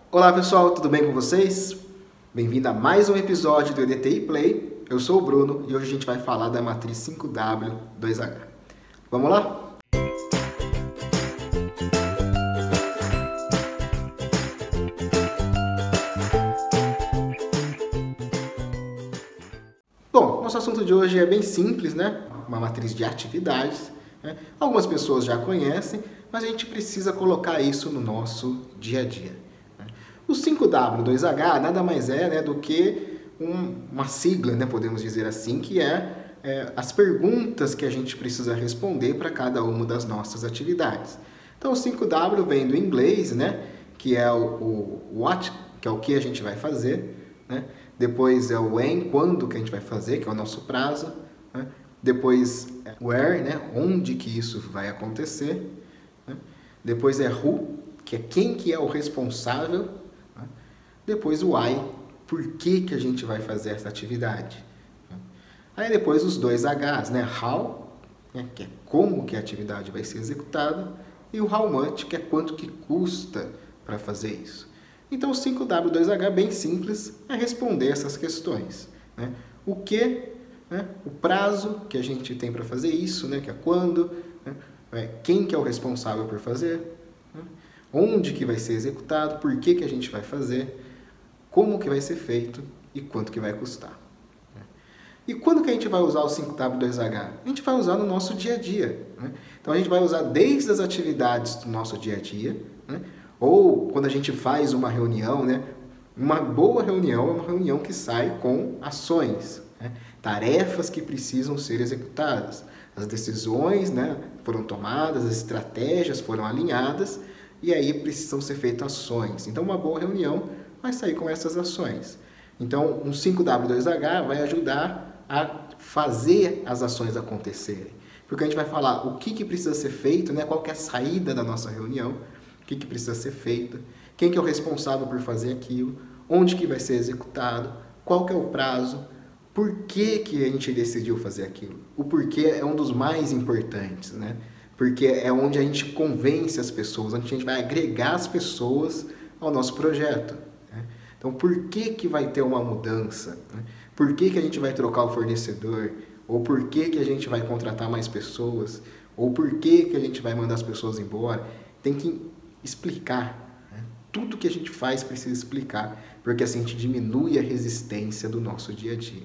Olá pessoal, tudo bem com vocês? Bem-vindo a mais um episódio do EDTI Play. Eu sou o Bruno e hoje a gente vai falar da matriz 5W2H. Vamos lá? Bom, nosso assunto de hoje é bem simples, né? Uma matriz de atividades. Algumas pessoas já conhecem, mas a gente precisa colocar isso no nosso dia a dia. O 5W2H nada mais é, do que uma sigla, podemos dizer assim, que é as perguntas que a gente precisa responder para cada uma das nossas atividades. Então, o 5W vem do inglês, que é o what, que é o que a gente vai fazer. Depois é o when, quando que a gente vai fazer, que é o nosso prazo. Depois where, onde que isso vai acontecer. Depois é who, que é quem que é o responsável. Depois o why, por que que a gente vai fazer essa atividade. Aí depois os dois Hs, how, que é como que a atividade vai ser executada, e o how much, que é quanto que custa para fazer isso. Então o 5W2H, bem simples, é responder essas questões. O que, o prazo que a gente tem para fazer isso, que é quando, quem que é o responsável por fazer, onde que vai ser executado, por que que a gente vai fazer, como que vai ser feito e quanto que vai custar. E quando que a gente vai usar o 5W2H? A gente vai usar no nosso dia a dia. Então a gente vai usar desde as atividades do nosso dia a dia, ou quando a gente faz uma reunião, uma boa reunião é uma reunião que sai com ações, tarefas que precisam ser executadas. As decisões foram tomadas, as estratégias foram alinhadas e aí precisam ser feitas ações. Então uma boa reunião vai sair com essas ações. Então um 5W2H vai ajudar a fazer as ações acontecerem. Porque a gente vai falar o que precisa ser feito, qual que é a saída da nossa reunião, o que precisa ser feito, quem que é o responsável por fazer aquilo, onde que vai ser executado, qual que é o prazo, por que que a gente decidiu fazer aquilo. O porquê é um dos mais importantes, porque é onde a gente convence as pessoas, onde a gente vai agregar as pessoas ao nosso projeto. Então, por que que vai ter uma mudança? Por que que a gente vai trocar o fornecedor? Ou por que que a gente vai contratar mais pessoas? Ou por que que a gente vai mandar as pessoas embora? Tem que explicar. Tudo que a gente faz precisa explicar, porque assim a gente diminui a resistência do nosso dia a dia.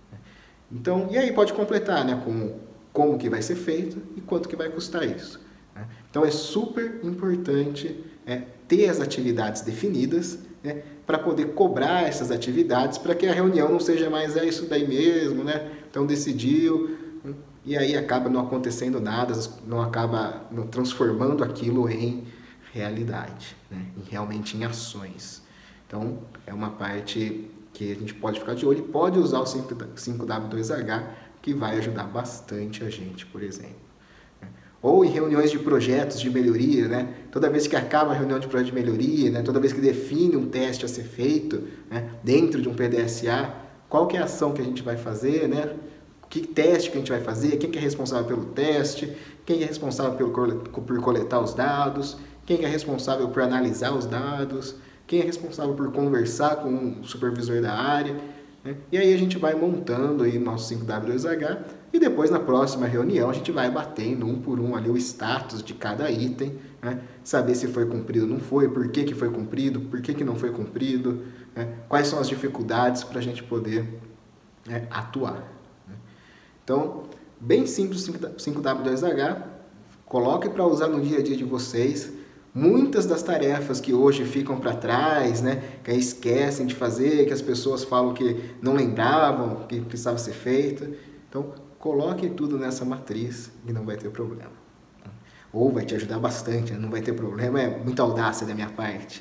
Então, e aí pode completar, com como que vai ser feito e quanto que vai custar isso. Então é super importante ter as atividades definidas, para poder cobrar essas atividades, para que a reunião não seja mais isso daí mesmo, então decidiu, e aí acaba não acontecendo nada, não acaba transformando aquilo em realidade, realmente em ações. Então é uma parte que a gente pode ficar de olho e pode usar o 5W2H, que vai ajudar bastante a gente, por exemplo. Ou em reuniões de projetos de melhoria, toda vez que acaba a reunião de projeto de melhoria, toda vez que define um teste a ser feito, dentro de um PDSA, qual que é a ação que a gente vai fazer, que teste que a gente vai fazer, quem que é responsável pelo teste, quem é responsável por coletar os dados, quem que é responsável por analisar os dados, quem é responsável por conversar com o supervisor da área. E aí a gente vai montando aí nosso 5W2H e depois na próxima reunião a gente vai batendo um por um ali o status de cada item, saber se foi cumprido ou não foi, por que foi cumprido, por que não foi cumprido, quais são as dificuldades para a gente poder atuar. Então, bem simples o 5W2H, coloque para usar no dia a dia de vocês. Muitas das tarefas que hoje ficam para trás, que esquecem de fazer, que as pessoas falam que não lembravam, que precisava ser feito. Então, coloque tudo nessa matriz e não vai ter problema. Ou vai te ajudar bastante, não vai ter problema, é muita audácia da minha parte.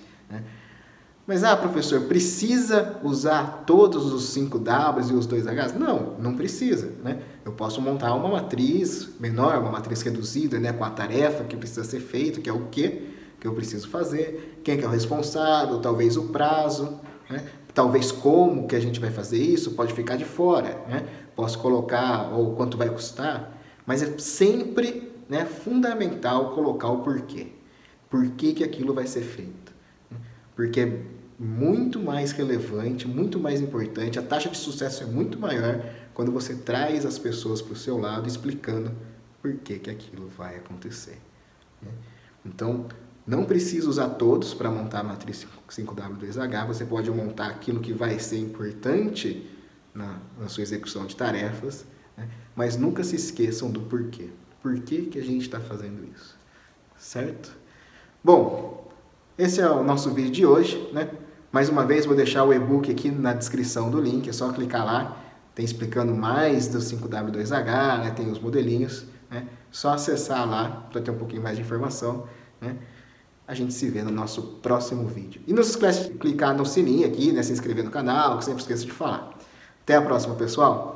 Mas, professor, precisa usar todos os 5Ws e os 2Hs? Não, não precisa. Eu posso montar uma matriz menor, uma matriz reduzida, com a tarefa que precisa ser feita, que é o que eu preciso fazer, quem que é o responsável, talvez o prazo, talvez como que a gente vai fazer isso, pode ficar de fora, posso colocar ou quanto vai custar, mas é sempre fundamental colocar o porquê. Por que que aquilo vai ser feito? porque é muito mais relevante, muito mais importante, a taxa de sucesso é muito maior quando você traz as pessoas para o seu lado explicando por que aquilo vai acontecer. Então, não precisa usar todos para montar a matriz 5W2H, você pode montar aquilo que vai ser importante na sua execução de tarefas, né? Mas nunca se esqueçam do porquê. Por que a gente está fazendo isso? Certo? Bom, esse é o nosso vídeo de hoje, né? Mais uma vez, vou deixar o e-book aqui na descrição do link, é só clicar lá, tem explicando mais do 5W2H, né? Tem os modelinhos, né? Só acessar lá para ter um pouquinho mais de informação, né? A gente se vê no nosso próximo vídeo. E não se esqueça de clicar no sininho aqui, né? Se inscrever no canal, que sempre esqueça de falar. Até a próxima, pessoal!